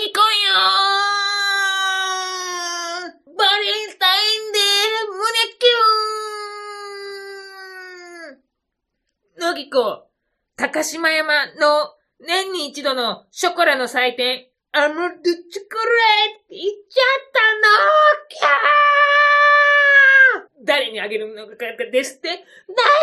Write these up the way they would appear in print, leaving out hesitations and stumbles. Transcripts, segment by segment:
ぎこよーバレンタインデー胸キューン乃木子、高島山の年に一度のショコラの祭典、アムドチョコレート行っちゃったのキャー誰にあげるのかですって？内緒よ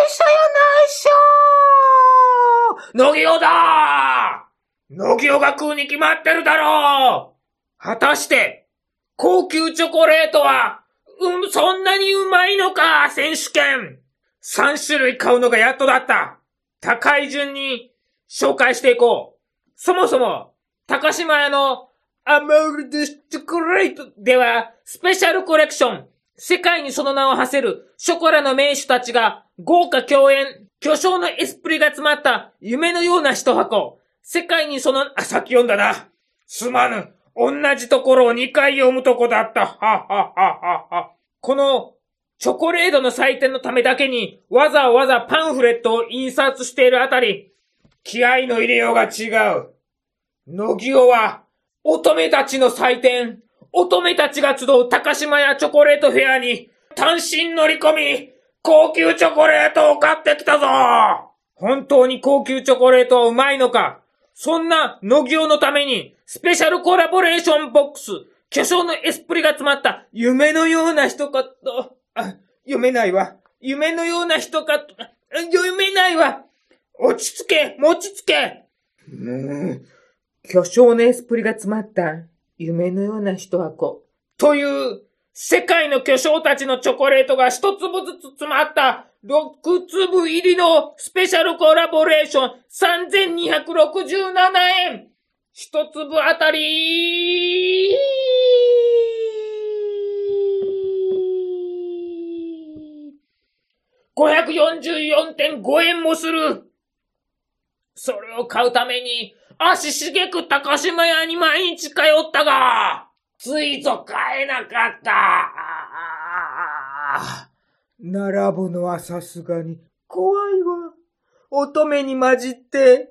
内緒乃木子だー乃木子が食うに決まってるだろう果たして、高級チョコレートは、そんなにうまいのか選手権 !3 種類買うのがやっとだった高い順に紹介していこうそもそも、高島屋のアマルドチョコレートでは、スペシャルコレクション、世界にその名を馳せるショコラの名手たちが豪華共演、巨匠のエスプリが詰まった夢のような一箱。世界にその、さっき読んだな。すまぬ。同じところを2回読むとこだった。はははは。このチョコレートの祭典のためだけにわざわざパンフレットを印刷しているあたり、気合の入れようが違う。乃木子は乙女たちの祭典、乙女たちが集う高島屋チョコレートフェアに単身乗り込み、高級チョコレートを買ってきたぞ。本当に高級チョコレートはうまいのか。そんな乃木子のためにスペシャルコラボレーションボックス、巨匠のエスプリが詰まった夢のような人かと、読めないわ。夢のような人かと、読めないわ。落ち着け、持ちつけ。巨匠のエスプリが詰まった夢のような一箱。という世界の巨匠たちのチョコレートが一粒ずつ詰まった6粒入りのスペシャルコラボレーション3267円。一粒あたり544.5 円もする。それを買うために足しげく高島屋に毎日通ったが、ついぞ買えなかった。並ぶのはさすがに怖いわ。乙女に混じって、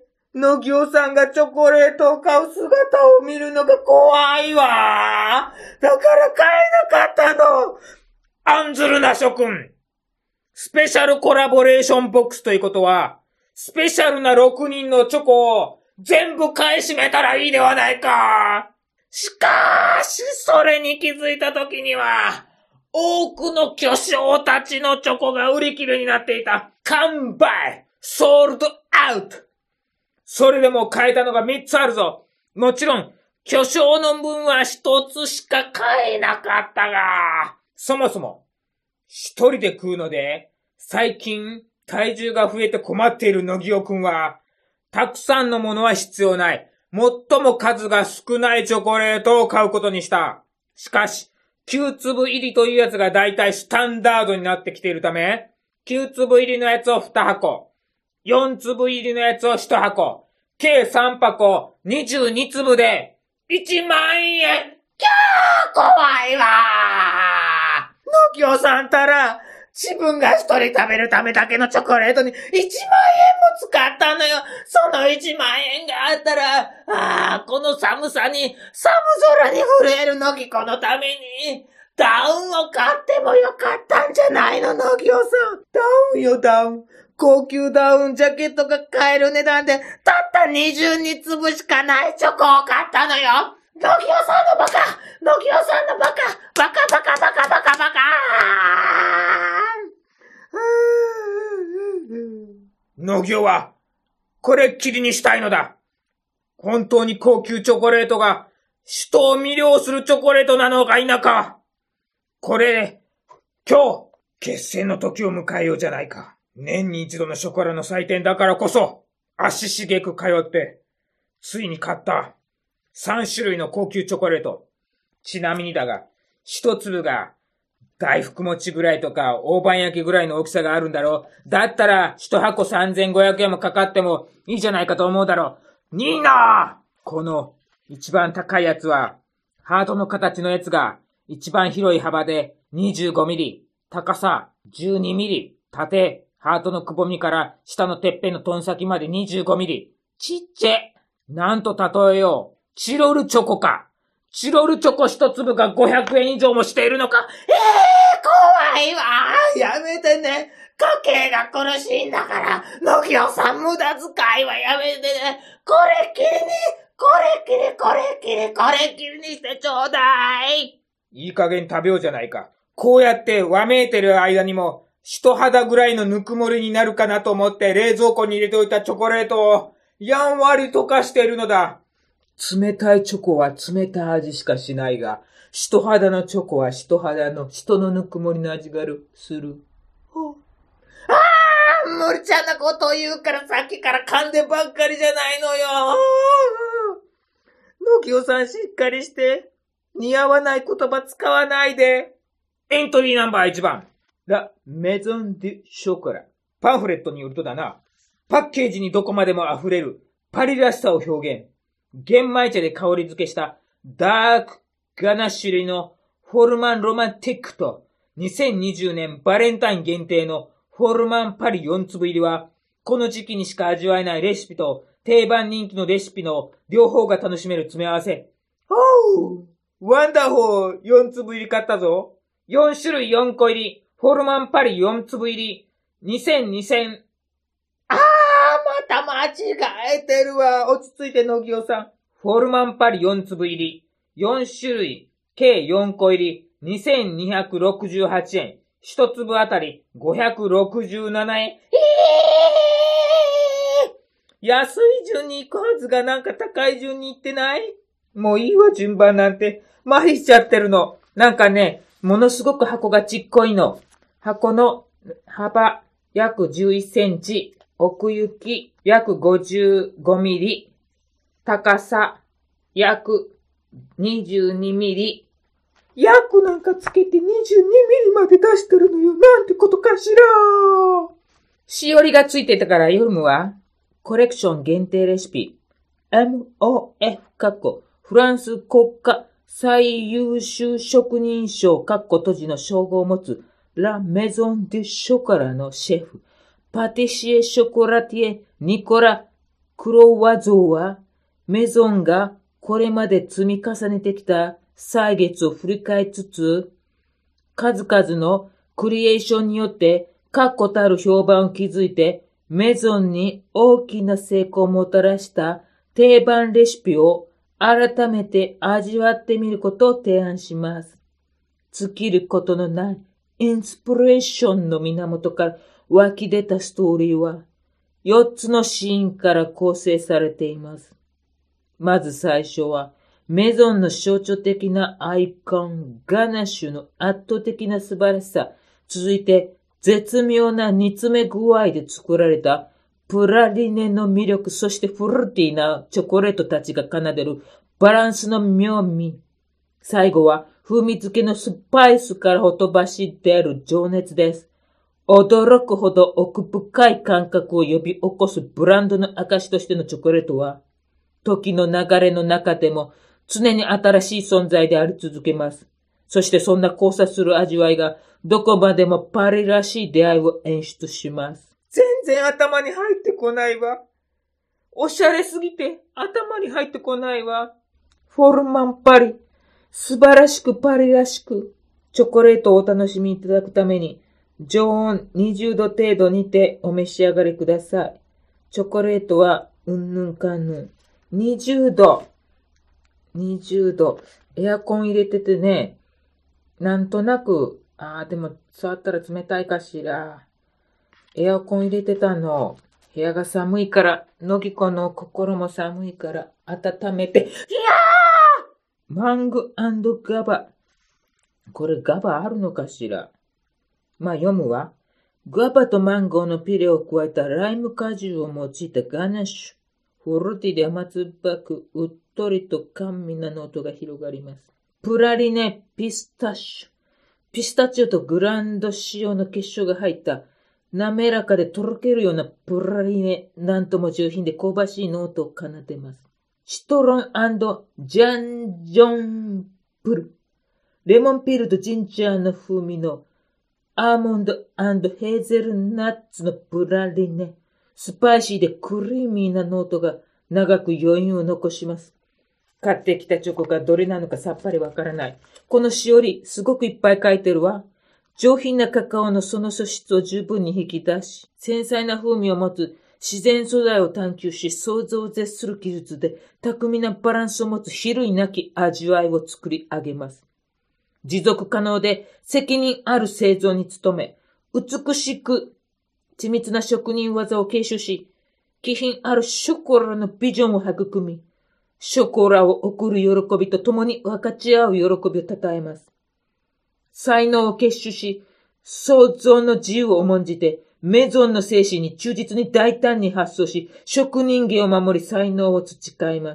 乃木子さんがチョコレートを買う姿を見るのが怖いわ。だから買えなかったの。案ずるな諸君。スペシャルコラボレーションボックスということは、スペシャルな6人のチョコを全部買い占めたらいいではないか。しかし、それに気づいた時には、多くの巨匠たちのチョコが売り切れになっていた。完売ソールドアウトそれでも買えたのが3つあるぞ。もちろん、巨匠の分は1つしか買えなかったが、そもそも、一人で食うので、最近、体重が増えて困っている乃木尾くんは、たくさんのものは必要ない。最も数が少ないチョコレートを買うことにした。しかし、9粒入りというやつがだいたいスタンダードになってきているため、9粒入りのやつを2箱、4粒入りのやつを1箱、計3箱、22粒で、1万円。キャー怖いわー。乃木尾さんたら、自分が一人食べるためだけのチョコレートに1万円も使ったのよ。その1万円があったら、この寒さに、寒空に震える乃木子のために、ダウンを買ってもよかったんじゃないの、乃木尾さん。ダウンよ、ダウン。高級ダウンジャケットが買える値段で、たった22粒しかないチョコを買ったのよ。乃木尾さんのバカ乃木尾さんのバカバカバカバカバカバカ乃木尾は、これっきりにしたいのだ。本当に高級チョコレートが、人を魅了するチョコレートなのか否か。これ、今日、決戦の時を迎えようじゃないか。年に一度のショコラの祭典だからこそ、足しげく通って、ついに買った、3種類の高級チョコレート。ちなみにだが、一粒が、大福餅ぐらいとか、大判焼きぐらいの大きさがあるんだろう。だったら、一箱3500円もかかってもいいじゃないかと思うだろう。ニーナーこの、一番高いやつは、ハートの形のやつが、一番広い幅で25ミリ、高さ12ミリ、縦、ハートのくぼみから下のてっぺんのトン先まで25ミリ。ちっちゃ。なんと例えよう。 チロルチョコか。チロルチョコ一粒が500円以上もしているのか。怖いわ。やめてね。家計が苦しいんだから。野際さん無駄遣いはやめてね。これきりにしてちょうだい。いい加減食べようじゃないか。こうやってわめいてる間にも、一肌ぐらいのぬくもりになるかなと思って冷蔵庫に入れておいたチョコレートをやんわり溶かしているのだ。冷たいチョコは冷たい味しかしないが、人肌のチョコは人のぬくもりの味がする。無理ちゃなことを言うからさっきから噛んでばっかりじゃないのよ。野際さんしっかりして。似合わない言葉使わないで。エントリーナンバー1番。ラ・メゾン・デュ・ショコラ。パンフレットによるとだな。パッケージにどこまでも溢れるパリらしさを表現。玄米茶で香り付けしたダークガナッシュ類のフォルマンロマンティックと2020年バレンタイン限定のフォルマンパリ4粒入りはこの時期にしか味わえないレシピと定番人気のレシピの両方が楽しめる詰め合わせ。ワンダホー4粒入り買ったぞ。4種類4個入りフォルマンパリ4粒入り2000また間違えてるわ。落ち着いて野際さん。フォルマンパリ4粒入り、4種類、計4個入り、2268円。1粒あたり567円。安い順に行くはずがなんか高い順に行ってない？もういいわ、順番なんて。麻痺しちゃってるの。なんかね、ものすごく箱がちっこいの。箱の幅約11センチ。奥行き約55ミリ、高さ約22ミリ、約なんかつけて22ミリまで出してるのよ。なんてことかしら。しおりがついてたから読むわ。コレクション限定レシピ。MOF フランス国家最優秀職人賞閉じの称号を持つラ・メゾン・デュ・ショコラのシェフ。パティシエ・ショコラティエ・ニコラ・クロワゾーは、メゾンがこれまで積み重ねてきた歳月を振り返りつつ、数々のクリエーションによって確固たる評判を築いて、メゾンに大きな成功をもたらした定番レシピを改めて味わってみることを提案します。尽きることのないインスピレーションの源から湧き出たストーリーは4つのシーンから構成されています。まず最初はメゾンの象徴的なアイコンガナッシュの圧倒的な素晴らしさ、続いて絶妙な煮詰め具合で作られたプラリネの魅力、そしてフルーティーなチョコレートたちが奏でるバランスの妙味。最後は風味付けのスパイスからほとばし出る情熱です。驚くほど奥深い感覚を呼び起こすブランドの証としてのチョコレートは、時の流れの中でも常に新しい存在であり続けます。そしてそんな交差する味わいがどこまでもパリらしい出会いを演出します。全然頭に入ってこないわ。おしゃれすぎて頭に入ってこないわ。フォルマンパリ。素晴らしくパリらしく、チョコレートをお楽しみいただくために、常温20度程度にてお召し上がりください。チョコレートはうんぬんかんぬん。20度。エアコン入れててね、なんとなく、でも触ったら冷たいかしら。エアコン入れてたの。部屋が寒いから、のぎこの心も寒いから温めて、マング&ガバ。これガバあるのかしら。読むわ。ガバとマンゴーのピュレを加えたライム果汁を用いたガナッシュ。フルーティーで甘酸っぱく、うっとりと甘味なノートが広がります。プラリネピスタッシュ。ピスタチオとグランドシオの結晶が入った滑らかでとろけるようなプラリネ。なんとも上品で香ばしいノートを奏でます。シトロン&ジャンジョンプル。レモンピールとジンジャーの風味のアーモンド&ヘーゼルナッツのプラリネ。スパイシーでクリーミーなノートが長く余韻を残します。 買ってきたチョコがどれなのかさっぱりわからない。このしおり、すごくいっぱい書いてるわ。上品なカカオのその素質を十分に引き出し、繊細な風味を持つ自然素材を探求し、想像を絶する技術で巧みなバランスを持つ比類なき味わいを作り上げます。持続可能で責任ある製造に努め、美しく緻密な職人技を継承し、気品あるショコラのビジョンを育み、ショコラを贈る喜びと共に分かち合う喜びを称えます。才能を結集し、創造の自由を重んじて、メゾンの精神に忠実に大胆に発想し、職人芸を守り才能を培います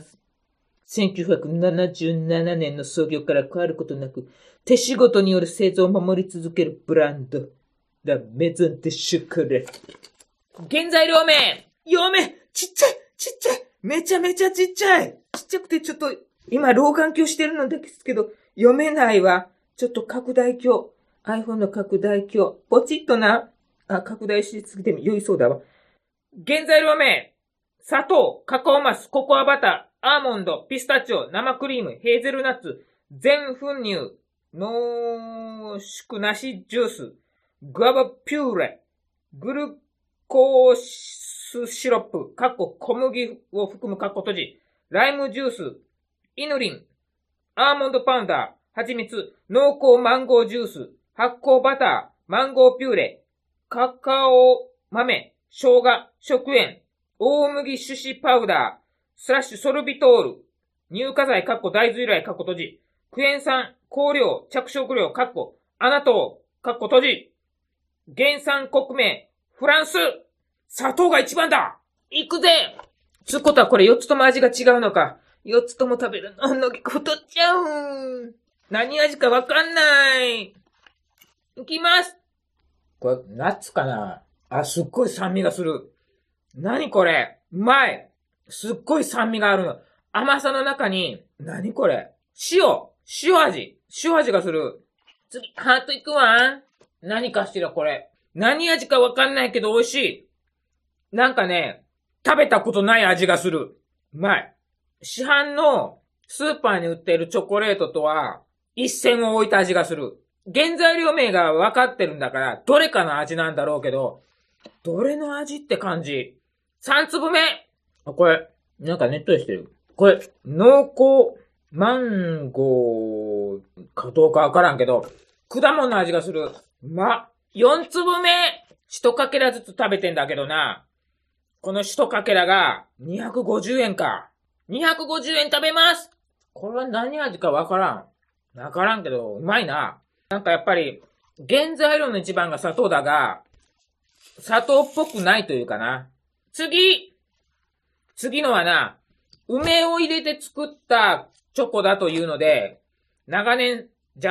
。1977年の創業から変わることなく、手仕事による製造を守り続けるブランド。ラ・メゾン・デ・ショコラ。原材料名ちっちゃいめちゃめちゃちっちゃいちっちゃくてちょっと、今老眼鏡してるのですけど、読めないわ。ちょっと拡大鏡。iPhone の拡大鏡。ポチッとな。拡大しすぎても良いそうだわ。原材料名。砂糖、カカオマス、ココアバター、アーモンド、ピスタチオ、生クリーム、ヘーゼルナッツ、全粉乳、濃縮なしジュース、グアバピューレ、グルコースシロップ、小麦を含む閉じ、ライムジュース、イヌリン、アーモンドパウダー、蜂蜜、濃厚マンゴージュース、発酵バター、マンゴーピューレ、カカオ豆、生姜、食塩、大麦種子パウダー、ソルビトール、乳化剤、大豆由来、閉じ、クエン酸、香料、着色料、アナトウ、閉じ、原産国名、フランス、砂糖が一番だ行くぜつうことはこれ4つとも味が違うのか。4つとも食べるの、太っちゃう。何味かわかんない。いきます。これ、ナッツかな？すっごい酸味がする。何これ？うまい。すっごい酸味があるの。甘さの中に、何これ？塩味がする。次、ハートいくわ。何かしらこれ。何味かわかんないけど美味しい。なんかね、食べたことない味がする。うまい。市販のスーパーに売っているチョコレートとは一線を置いた味がする。原材料名が分かってるんだから、どれかの味なんだろうけど、どれの味って感じ。3粒目。これ、なんかねっとりしてる。これ、濃厚マンゴーかどうかわからんけど、果物の味がする。4粒目。1かけらずつ食べてんだけどな。この1かけらが250円か。250円食べます。これは何味かわからんけど、うまいな。なんかやっぱり、原材料の一番が砂糖だが、砂糖っぽくないというかな。次のはな、梅を入れて作ったチョコだというので、長日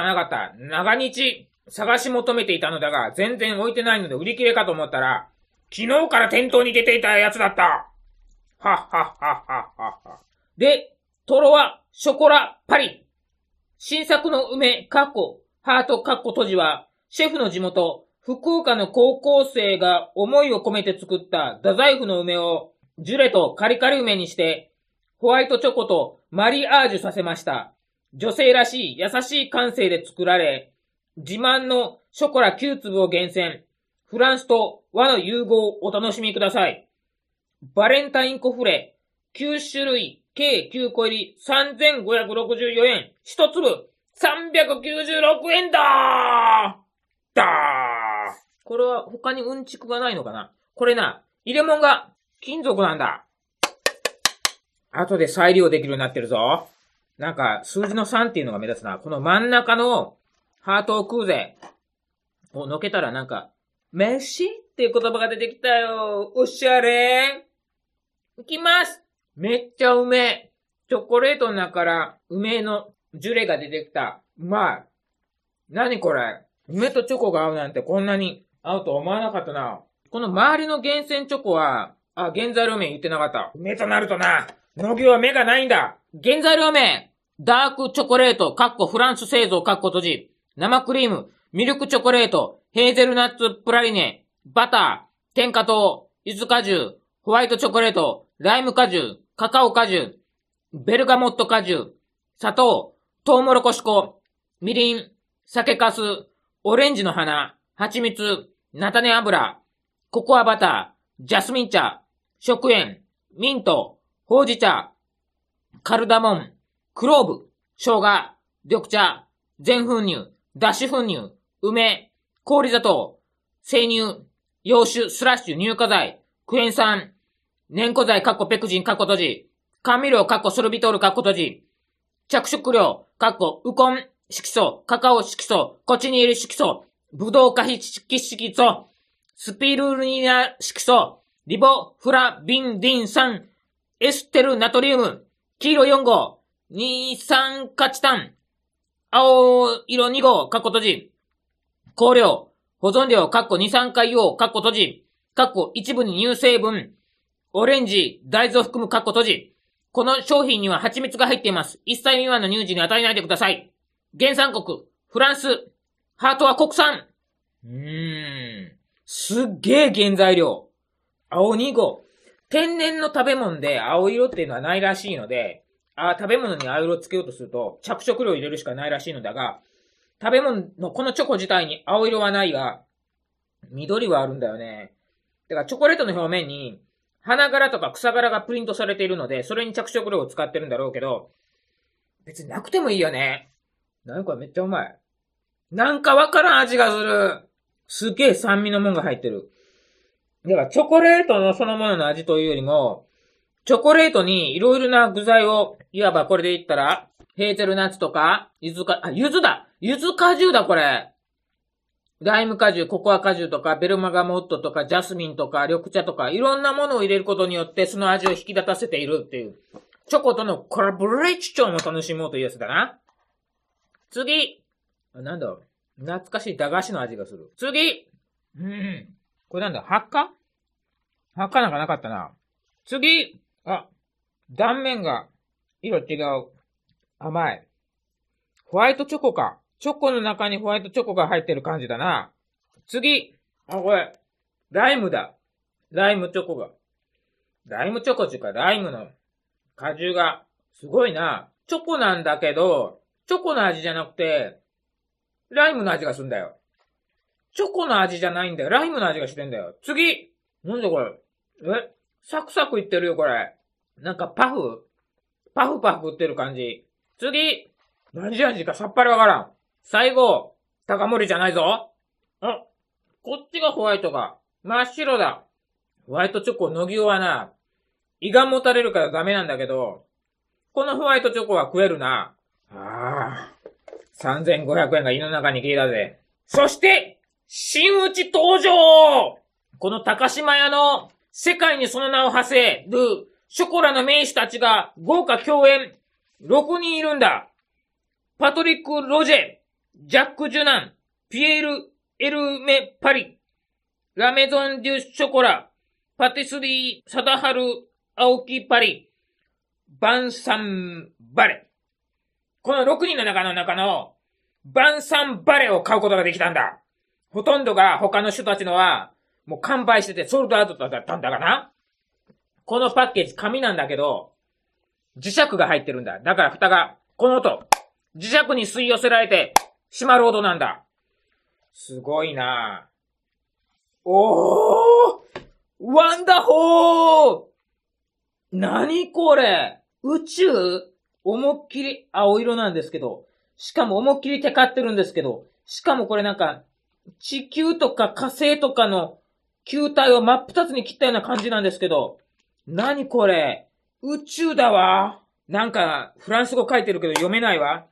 探し求めていたのだが、全然置いてないので売り切れかと思ったら、昨日から店頭に出ていたやつだった。はっはっはっはっは。で、トロワ、ショコラ、パリ。新作の梅、ハート、閉じは、シェフの地元、福岡の高校生が思いを込めて作った太宰府の梅をジュレとカリカリ梅にして、ホワイトチョコとマリアージュさせました。女性らしい優しい感性で作られ、自慢のショコラ9粒を厳選。フランスと和の融合をお楽しみください。バレンタインコフレ、9種類、計9個入り、3564円。1粒、396円だーこれは他にうんちくがないのかな？これな、入れ物が金属なんだ。後で再利用できるようになってるぞ。なんか、数字の3っていうのが目立つな。この真ん中のハートを食うぜ。のけたらなんか、メシっていう言葉が出てきたよ。おしゃれ。いきます。めっちゃうめえ。チョコレートの中から梅のジュレが出てきた。うまい。何これ。梅とチョコが合うなんてこんなに合うと思わなかったな。この周りの厳選チョコは、原材料名言ってなかった。梅となるとな、農業は目がないんだ。原材料名。ダークチョコレート、フランス製造、閉じ。生クリーム、ミルクチョコレート、ヘーゼルナッツプラリネ、バター、天下糖、柚子果汁、ホワイトチョコレート、ライム果汁、カカオ果汁、 ベルガモット果汁、砂糖、トウモロコシ粉、みりん、酒粕、オレンジの花、蜂蜜、菜種油、ココアバター、ジャスミン茶、食塩、ミント、ほうじ茶、カルダモン、クローブ、生姜、緑茶、全粉乳、脱脂粉乳、梅、氷砂糖、生乳、洋酒、スラッシュ、乳化剤、クエン酸、粘固剤、ペクジン、閉じ、甘味料、ソルビトール、閉じ、着色料、ウコン、色素、カカオ色素、コチニール色素、ブドウ可比色素、スピルリナ色素、リボフラビンディン酸、エステルナトリウム、黄色4号、二酸化チタン、青色2号、閉じ、香料、保存料、二酸化硫黄、閉じ、一部に乳成分、オレンジ、大豆を含む、閉じ。この商品には蜂蜜が入っています。1歳未満の乳児に与えないでください。原産国、フランス。ハートは国産。すっげえ原材料。青2号。天然の食べ物で青色っていうのはないらしいので、食べ物に青色をつけようとすると着色料を入れるしかないらしいのだが、食べ物のこのチョコ自体に青色はないが、緑はあるんだよね。だからチョコレートの表面に花柄とか草柄がプリントされているので、それに着色料を使ってるんだろうけど、別になくてもいいよね。なんかめっちゃうまい。なんかわからん味がする。すげえ酸味のもんが入ってる。だからチョコレートのそのものの味というよりも、チョコレートにいろいろな具材を、いわばこれで言ったら、ヘーゼルナッツとか、柚子だ柚子果汁だこれ。ライム果汁、ココア果汁とか、ベルマガモットとか、ジャスミンとか、緑茶とか、いろんなものを入れることによって、その味を引き立たせているっていう。チョコとのコラボレーションを楽しもうというやつだな。次。なんだろう。懐かしい駄菓子の味がする。次。これなんだハッカなんかなかったな。次。断面が色違う。甘い。ホワイトチョコか。チョコの中にホワイトチョコが入ってる感じだな。次。これ。ライムだ。ライムチョコが。ライムチョコっていうか、ライムの果汁がすごいな。チョコなんだけど、チョコの味じゃなくて、ライムの味がするんだよ。チョコの味じゃないんだよ。ライムの味がしてんだよ。次。なんだこれ。サクサクいってるよ、これ。なんかパフ売ってる感じ。次。何味かさっぱりわからん。最後。高森じゃないぞ。こっちがホワイトか。真っ白だ。ホワイトチョコのぎはな、胃がもたれるからダメなんだけど、このホワイトチョコは食えるな。3500円が胃の中に消えたぜ。そして、真打ち登場！この高島屋の世界にその名を馳せるショコラの名手たちが豪華共演6人いるんだ。パトリック・ロジェ、ジャック・ジュナン、ピエール・エルメ・パリ、ラメゾン・デュ・ショコラ、パティスリー・サダハル・アオキ・パリ、バンサン・バレ。この6人の中のバンサン・バレを買うことができたんだ。ほとんどが他の人たちのはもう完売しててソールドアウトだったんだかな。このパッケージ紙なんだけど、磁石が入ってるんだ。だから蓋が、この音、磁石に吸い寄せられて閉まる音なんだ。すごいなぁ。ワンダホー！何これ？宇宙？思いっきり青色なんですけど、しかも思いっきりテカってるんですけど、しかもこれなんか、地球とか火星とかの球体を真っ二つに切ったような感じなんですけど、何これ？宇宙だわ。なんか、フランス語書いてるけど読めないわ。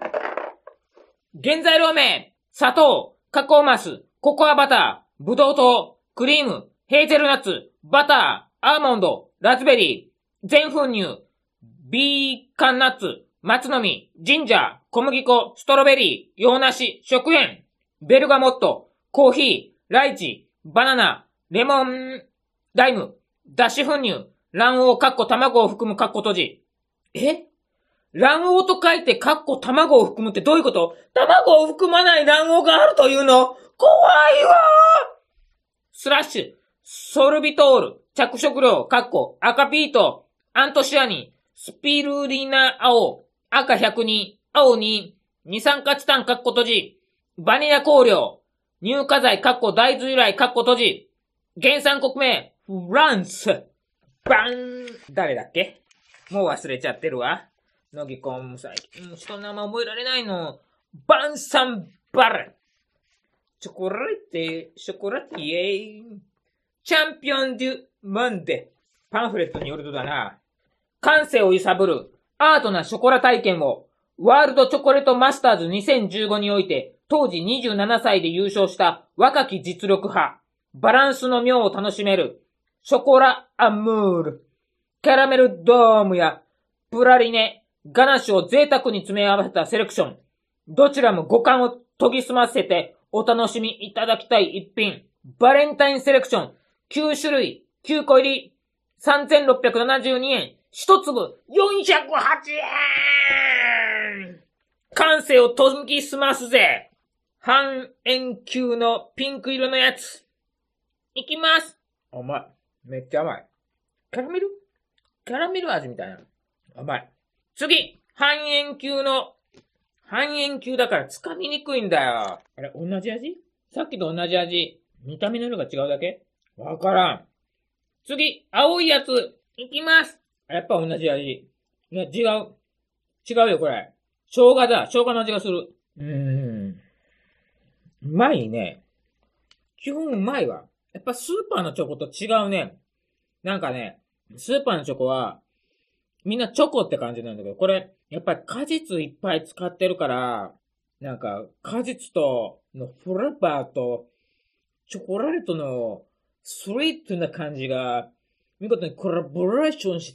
原材料名、砂糖、カカオマス、ココアバター、ブドウ糖、クリーム、ヘーゼルナッツ、バター、アーモンド、ラズベリー、全粉乳、ビーカンナッツ、松の実、ジンジャー、小麦粉、ストロベリー、洋梨、食塩、ベルガモット、コーヒー、ライチ、バナナ、レモン、ライム、脱脂粉乳、卵黄、卵を含む、閉じ。卵黄と書いて、卵を含むってどういうこと？卵を含まない卵黄があるというの？怖いわー！スラッシュ、ソルビトール、着色料、赤ピート、アントシアニン、 スピルリナ青、赤100に、青に、二酸化チタンカッコ閉じ、バニラ香料、乳化剤カッコ大豆由来カッコ閉じ、原産国名、フランス、バン、誰だっけ？もう忘れちゃってるわ。乃木コン最近、人の名前覚えられないの。バンサンバル。チョコレーティエチャンピオンデュモンデ。パンフレットによるとだな。感性を揺さぶるアートなショコラ体験をワールドチョコレートマスターズ2015において当時27歳で優勝した若き実力派。バランスの妙を楽しめるショコラアムール。キャラメルドームやプラリネ、ガナッシュを贅沢に詰め合わせたセレクション。どちらも五感を研ぎ澄ませてお楽しみいただきたい一品。バレンタインセレクション9種類9個入り3672円。一粒408円。感性を研ぎ澄ますぜ。半円球のピンク色のやつ。いきます。甘い。めっちゃ甘い。キャラメル味みたいな。甘い。次半円球だから掴みにくいんだよ。あれ、同じ味？さっきと同じ味。見た目の色が違うだけ？わからん。次、青いやつ。いきます。やっぱ同じ味。いや、違うよ、これ。生姜だ。生姜の味がする。うまいね。基本うまいわ。やっぱスーパーのチョコと違うね。なんかね、スーパーのチョコは、みんなチョコって感じなんだけど、これ、やっぱり果実いっぱい使ってるから、なんか、果実とのフレーバーと、チョコレートのスイートな感じが、見事にコラボレーションして、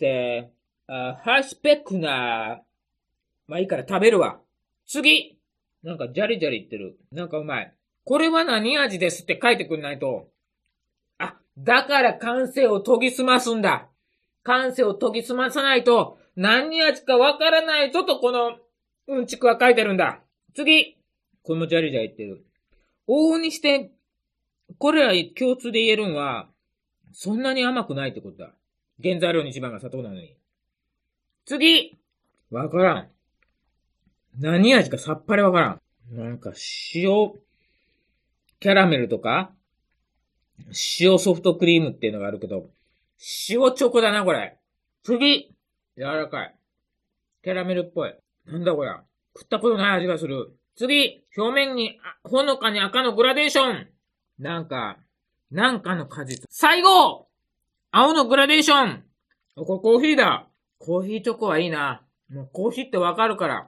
ハイスペックな、まあいいから食べるわ。次！なんかジャリジャリ言ってる。なんかうまい。これは何味ですって書いてくんないと。だから感性を研ぎ澄ますんだ。感性を研ぎ澄まさないと、何味かわからないぞとこの、うんちくは書いてるんだ。次。これもジャリジャリ言ってる。往々にして、これら共通で言えるんは、そんなに甘くないってことだ。原材料に一番が砂糖なのに。次。わからん。何味かさっぱりわからん。なんか塩、キャラメルとか、塩ソフトクリームっていうのがあるけど、塩チョコだな、これ。次。柔らかい。キャラメルっぽい。なんだこれ。食ったことない味がする。次。表面に、ほのかに赤のグラデーション。なんかの果実。最後青のグラデーション。これコーヒーだ。コーヒーチョコはいいな。もうコーヒーってわかるから。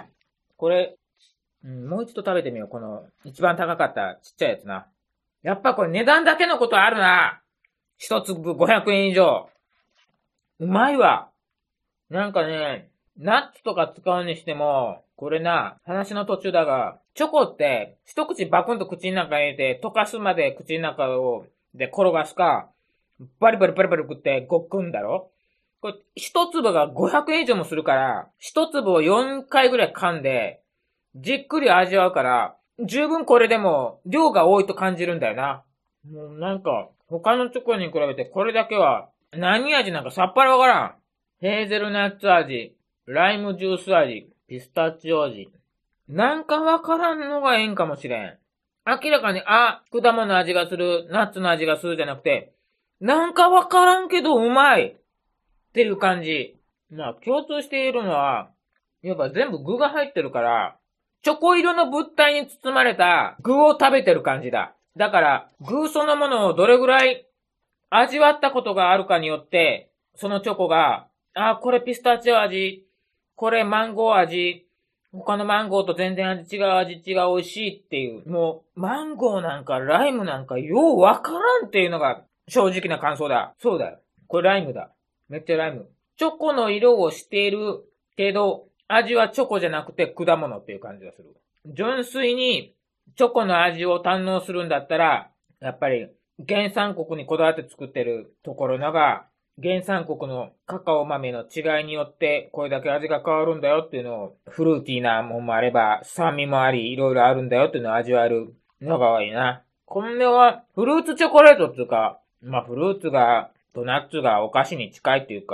これ、もう一度食べてみよう。この、一番高かったちっちゃいやつな。やっぱこれ値段だけのことあるな。一粒500円以上。うまいわ。なんかね、ナッツとか使うにしても、これな、話の途中だが、チョコって、一口バクンと口の中に入れて、溶かすまで口の中で転がすか、バリバリ食ってごっくんだろ？これ、一粒が500円以上もするから、一粒を4回ぐらい噛んで、じっくり味わうから、十分これでも、量が多いと感じるんだよな。もうなんか、他のチョコに比べてこれだけは、何味なんかさっぱりわからん。ヘーゼルナッツ味、ライムジュース味、ピスタチオ味。なんかわからんのがええんかもしれん。明らかに、果物の味がする、ナッツの味がするじゃなくて、なんかわからんけどうまいっていう感じ。まあ共通しているのは、やっぱ全部具が入ってるから、チョコ色の物体に包まれた具を食べてる感じだ。だから、具そのものをどれぐらい味わったことがあるかによって、そのチョコが、これピスタチオ味、これマンゴー味、他のマンゴーと全然味違う美味しいっていう、もう、マンゴーなんかライムなんかようわからんっていうのが正直な感想だ。そうだよ。これライムだ。めっちゃライム。チョコの色をしているけど、味はチョコじゃなくて果物っていう感じがする。純粋にチョコの味を堪能するんだったら、やっぱり原産国にこだわって作ってるところのが、原産国のカカオ豆の違いによってこれだけ味が変わるんだよっていうのを、フルーティーなもんもあれば、酸味もあり、いろいろあるんだよっていうのを味わえるのがいいな。これはフルーツチョコレートっていうか、フルーツがとナッツがお菓子に近いっていうか、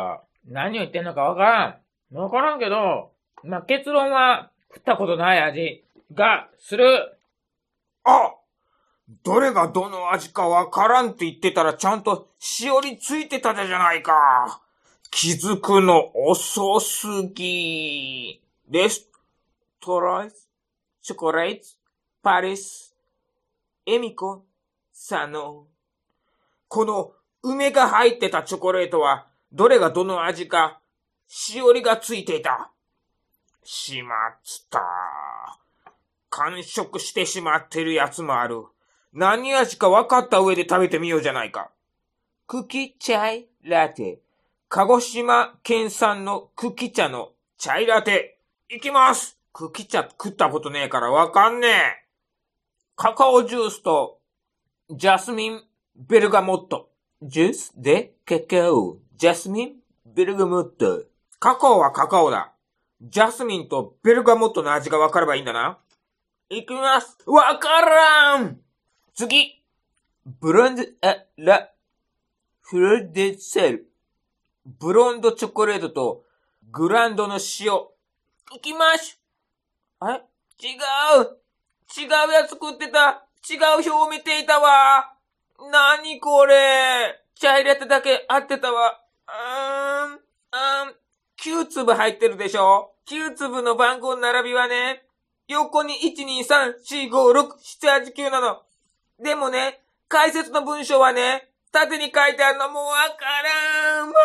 何を言ってんのかわからん。わからんけど、結論は食ったことない味がする。 あ、どれがどの味かわからんって言ってたらちゃんとしおりついてたじゃないか。気づくの遅すぎ。レストライズ、チョコレート、パリス、エミコ、サノ。この梅が入ってたチョコレートはどれがどの味かしおりがついていた。しまった。完食してしまってるやつもある。何味か分かった上で食べてみようじゃないか。茎チャイラテ。鹿児島県産の茎茶のチャイラテ。いきます。茎茶食ったことねえから分かんねえ。カカオジュースとジャスミンベルガモット。ジュースでカカオ。ジャスミンベルガモット。カカオはカカオだ。ジャスミンとベルガモットの味が分かればいいんだな。いきます。分からん。次。ブロンド、フルデセル。ブロンドチョコレートとグランドの塩。いきましょ。違うやつ食ってた。違う表を見ていたわ。なにこれ。茶入れてだけ合ってたわ。9粒入ってるでしょ。9粒の番号の並びはね、横に1、2、3、4、5、6、7、8、9なの。でもね、解説の文章はね、縦に書いてあるのもうわからん。間違え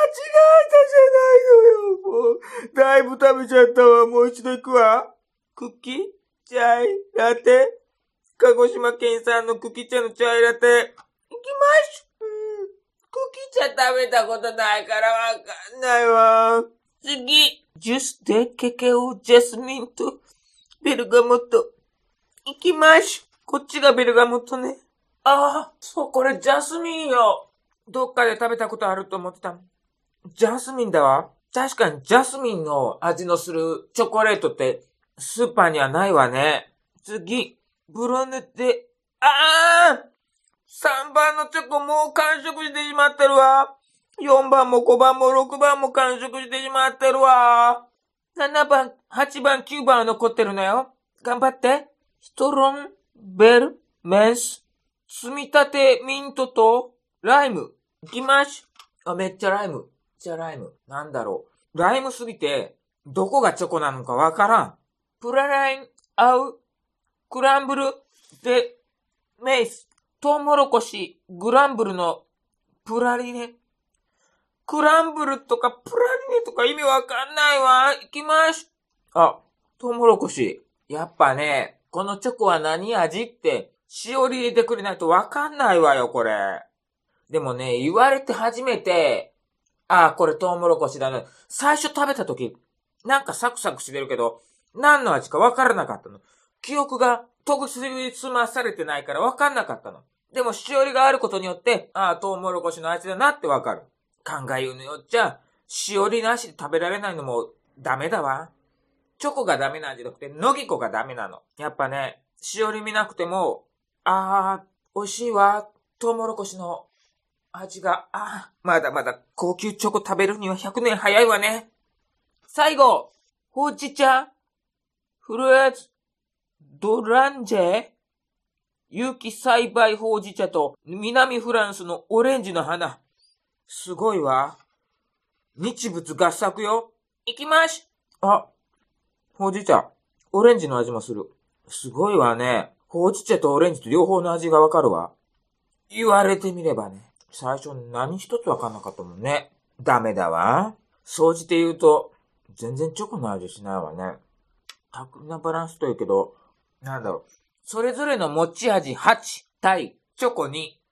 たじゃないのよ。もう、だいぶ食べちゃったわ。もう一度行くわ。クッキーチャイラテ。鹿児島県産のクッキー茶のチャイラテ。行きましょ。クッキー茶食べたことないからわかんないわ。次。ジュースでケケオジャスミンとベルガモット。行きましょ。こっちがベルガモットね。そう、これジャスミンよ。どっかで食べたことあると思ってた。ジャスミンだわ。確かにジャスミンの味のするチョコレートってスーパーにはないわね。次、ブロネで、3番のチョコもう完食してしまってるわ。4番も5番も6番も完食してしまってるわ。7番、8番、9番は残ってるのよ。頑張って。ストロン、ベル、メンス、積み立てミントとライム。いきましょ。めっちゃライム。なんだろう。ライムすぎて、どこがチョコなのかわからん。プラライン、アウ、クランブル、で、メイス、トウモロコシ、グランブルのプラリネ。クランブルとかプラリネとか意味わかんないわ。いきましょ。トウモロコシ。やっぱね、このチョコは何味ってしおり入れてくれないとわかんないわよ、これ。でもね、言われて初めて、これトウモロコシだね。最初食べた時、なんかサクサクしてるけど、何の味かわからなかったの。記憶が研ぎ澄まされてないからわかんなかったの。でもしおりがあることによって、トウモロコシの味だなってわかる。考えようによっちゃ、しおりなしで食べられないのもダメだわ。チョコがダメなんじゃなくて、のぎこがダメなの。やっぱね、しおり見なくても、美味しいわ。トウモロコシの味が、まだまだ高級チョコ食べるには100年早いわね。最後、ほうじ茶、フルーツ、ドランジェ、有機栽培ほうじ茶と南フランスのオレンジの花。すごいわ。日仏合作よ。行きまし。ほうじ茶。オレンジの味もする。すごいわね。ほうじ茶とオレンジと両方の味がわかるわ。言われてみればね。最初何一つわかんなかったもんね。ダメだわ。総じて言うと、全然チョコの味しないわね。巧みなバランスというけど、なんだろう。それぞれの持ち味8対チョコ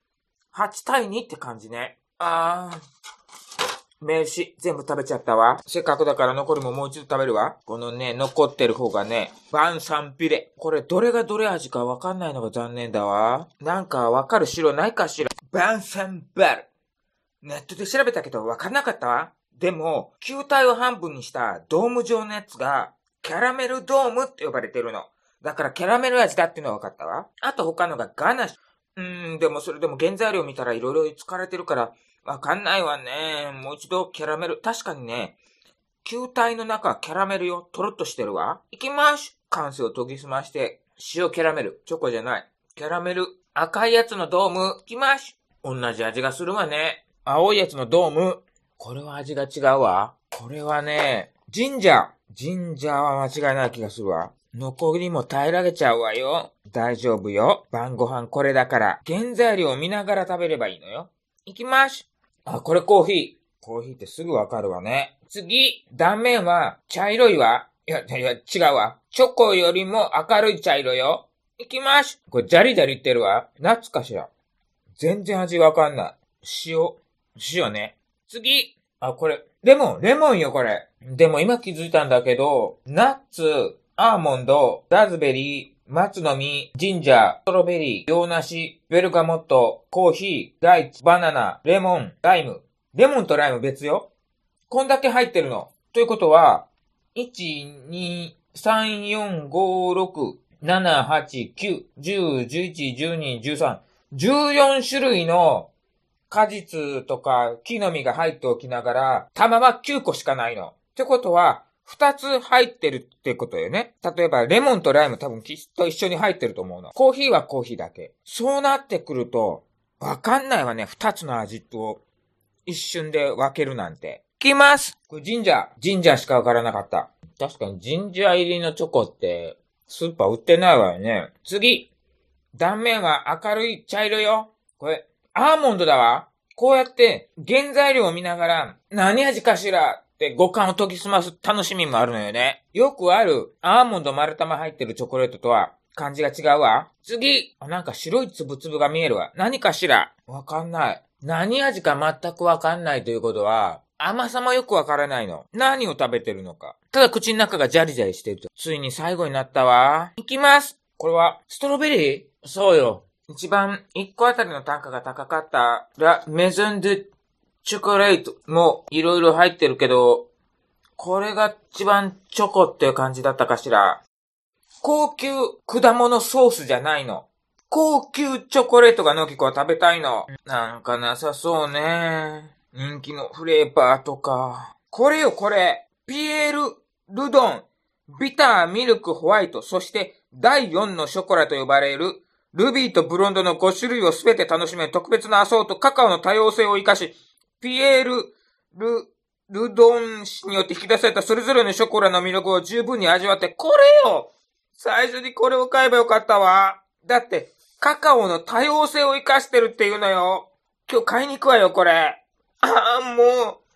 2。8対2って感じね。名刺全部食べちゃったわ。せっかくだから残りももう一度食べるわ。このね、残ってる方がね、バンサンピュレ。これどれがどれ味かわかんないのが残念だわ。なんかわかる白ないかしら。バンサンバル。ネットで調べたけどわかんなかったわ。でも、球体を半分にしたドーム状のやつが、キャラメルドームって呼ばれてるの。だからキャラメル味だっていうのはわかったわ。あと他のがガナッシュ。でもそれでも原材料見たらいろいろ使われてるから、 わかんないわね。もう一度キャラメル。確かにね、球体の中キャラメルよ。とろっとしてるわ。いきまし。感性を研ぎ澄まして、塩キャラメル。チョコじゃない。キャラメル。赤いやつのドーム。いきまし。同じ味がするわね。青いやつのドーム。これは味が違うわ。これはね、ジンジャー。ジンジャーは間違いない気がするわ。残りも平らげちゃうわよ。大丈夫よ。晩ご飯これだから。原材料を見ながら食べればいいのよ。いきまし。あ、これコーヒー。コーヒーってすぐわかるわね。次。断面は茶色いわ。いや、違うわ。チョコよりも明るい茶色よ。いきまし。これジャリジャリ言ってるわ。ナッツかしら。全然味わかんない。塩ね。次。あ、これ、レモンよ、これ。でも今気づいたんだけど、ナッツ、アーモンド、ラズベリー、松の実、ジンジャー、ストロベリー、洋梨、ベルガモット、コーヒー、ライチ、バナナ、レモン、ライム。レモンとライム別よ。こんだけ入ってるの。ということは、1、2、3、4、5、6、7、8、9、10、11、12、13、14種類の果実とか木の実が入っておきながら、玉は9個しかないの。ってことは、2つ入ってるってことよね。例えば、レモンとライム多分きっと一緒に入ってると思うの。コーヒーはコーヒーだけ。そうなってくると、わかんないわね。2つの味と一瞬で分けるなんて。いきます。これジンジャーしかわからなかった。確かにジンジャー入りのチョコって、スーパー売ってないわよね。次。断面は明るい茶色よ。これ、アーモンドだわ。こうやって原材料を見ながら何味かしらって五感を研ぎ澄ます楽しみもあるのよね。よくあるアーモンド丸玉入ってるチョコレートとは感じが違うわ。次。なんか白いつぶつぶが見えるわ。何かしらわかんない。何味か全くわかんないということは甘さもよくわからないの。何を食べてるのか。ただ口の中がジャリジャリしてると。ついに最後になったわ。いきます。これはストロベリー？そうよ。一番1個あたりの単価が高かったラ・メゾン・ドゥ・チョコレートもいろいろ入ってるけど、これが一番チョコっていう感じだったかしら。高級果物ソースじゃないの。高級チョコレートがのきこは食べたいの。なんかなさそうね。人気のフレーバーとか。これよこれ。ピエール・ルドン、ビターミルクホワイト、そして第4のショコラと呼ばれるルビーとブロンドの5種類をすべて楽しめ特別なアソート、カカオの多様性を生かし、ピエール・ルドン氏によって引き出されたそれぞれのショコラの魅力を十分に味わって、これよ！最初にこれを買えばよかったわ。だって、カカオの多様性を生かしてるっていうのよ。今日買いに行くわよ、これ。もう。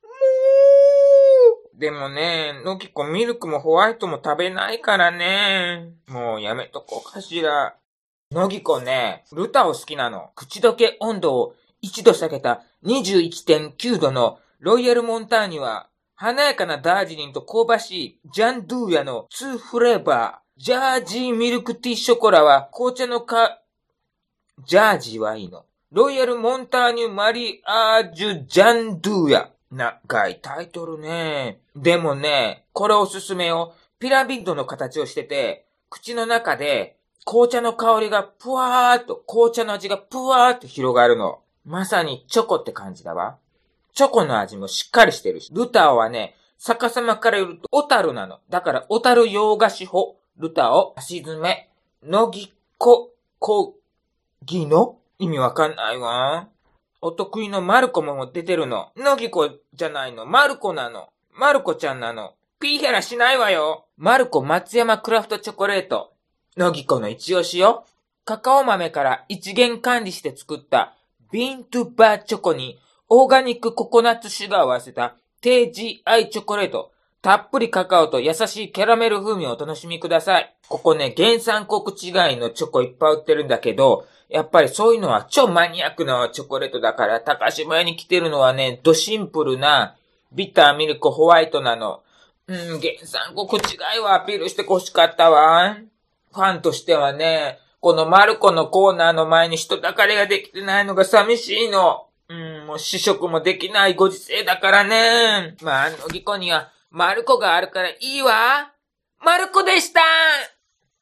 でもね、のきこミルクもホワイトも食べないからね。もうやめとこうかしら。のぎこね、ルタオ好きなの。口どけ温度を1度下げた 21.9 度のロイヤルモンターニュは、華やかなダージリンと香ばしいジャンドゥーヤの2フレーバー。ジャージーミルクティーショコラは紅茶のジャージーはいいの。ロイヤルモンターニュマリアージュジャンドゥーヤ。長いタイトルね。でもね、これおすすめよ。ピラミッドの形をしてて、口の中で紅茶の香りがぷわーっと、紅茶の味がぷわーっと広がるの。まさにチョコって感じだわ。チョコの味もしっかりしてるし。ルタオはね、逆さまから言うと小樽なの。だから小樽洋菓子法。ルタオ、足詰め、のぎこ、こぎの意味わかんないわ。お得意のマルコも出てるの。のぎこじゃないの。マルコなの。マルコちゃんなの。ピーヘラしないわよ。マルコ松山クラフトチョコレート。のぎこの一押しよ。カカオ豆から一元管理して作ったビーントゥバーチョコにオーガニックココナッツシュガーを合わせた低 GI チョコレート。たっぷりカカオと優しいキャラメル風味をお楽しみください。ここね、原産国違いのチョコいっぱい売ってるんだけど、やっぱりそういうのは超マニアックなチョコレートだから、高島屋に来てるのはね、ドシンプルなビターミルクホワイトなの。原産国違いはアピールして欲しかったわ。ファンとしてはね、このマルコのコーナーの前に人だかりができてないのが寂しいの。もう試食もできないご時世だからね。まあ、のぎこにはマルコがあるからいいわ。マルコでした。